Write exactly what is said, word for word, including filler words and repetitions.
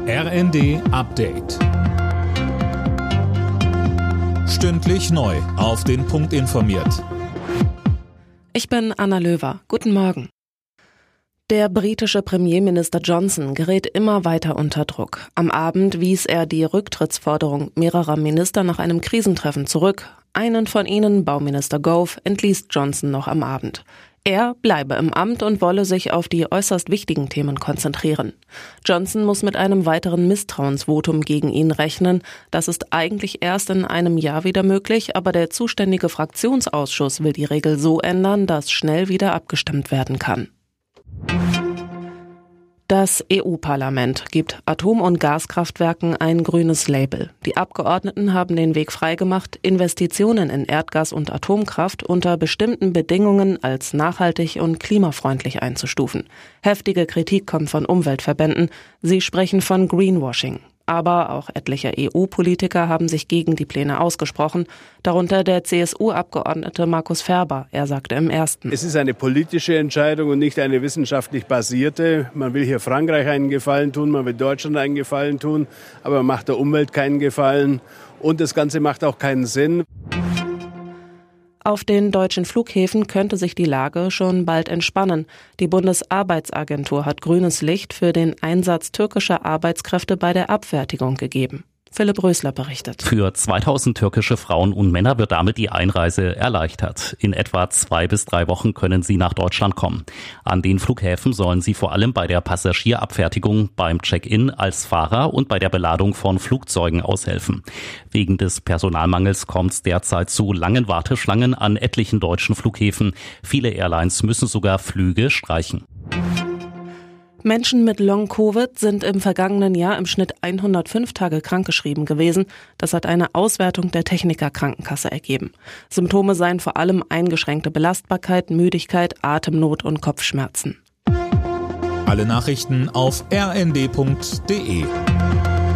R N D Update. Stündlich neu auf den Punkt informiert. Ich bin Anna Löwer. Guten Morgen. Der britische Premierminister Johnson gerät immer weiter unter Druck. Am Abend wies er die Rücktrittsforderung mehrerer Minister nach einem Krisentreffen zurück. Einen von ihnen, Bauminister Gove, entließ Johnson noch am Abend. Er bleibe im Amt und wolle sich auf die äußerst wichtigen Themen konzentrieren. Johnson muss mit einem weiteren Misstrauensvotum gegen ihn rechnen. Das ist eigentlich erst in einem Jahr wieder möglich, aber der zuständige Fraktionsausschuss will die Regel so ändern, dass schnell wieder abgestimmt werden kann. Das E U-Parlament gibt Atom- und Gaskraftwerken ein grünes Label. Die Abgeordneten haben den Weg freigemacht, Investitionen in Erdgas und Atomkraft unter bestimmten Bedingungen als nachhaltig und klimafreundlich einzustufen. Heftige Kritik kommt von Umweltverbänden. Sie sprechen von Greenwashing. Aber auch etliche E U-Politiker haben sich gegen die Pläne ausgesprochen, darunter der C S U-Abgeordnete Markus Ferber. Er sagte im Ersten: Es ist eine politische Entscheidung und nicht eine wissenschaftlich basierte. Man will hier Frankreich einen Gefallen tun, man will Deutschland einen Gefallen tun, aber man macht der Umwelt keinen Gefallen und das Ganze macht auch keinen Sinn. Auf den deutschen Flughäfen könnte sich die Lage schon bald entspannen. Die Bundesarbeitsagentur hat grünes Licht für den Einsatz türkischer Arbeitskräfte bei der Abfertigung gegeben. Philipp Rösler berichtet. Für zweitausend türkische Frauen und Männer wird damit die Einreise erleichtert. In etwa zwei bis drei Wochen können sie nach Deutschland kommen. An den Flughäfen sollen sie vor allem bei der Passagierabfertigung, beim Check-in als Fahrer und bei der Beladung von Flugzeugen aushelfen. Wegen des Personalmangels kommt es derzeit zu langen Warteschlangen an etlichen deutschen Flughäfen. Viele Airlines müssen sogar Flüge streichen. Menschen mit Long-Covid sind im vergangenen Jahr im Schnitt hundertfünf Tage krankgeschrieben gewesen. Das hat eine Auswertung der Techniker Krankenkasse ergeben. Symptome seien vor allem eingeschränkte Belastbarkeit, Müdigkeit, Atemnot und Kopfschmerzen. Alle Nachrichten auf r n d punkt d e.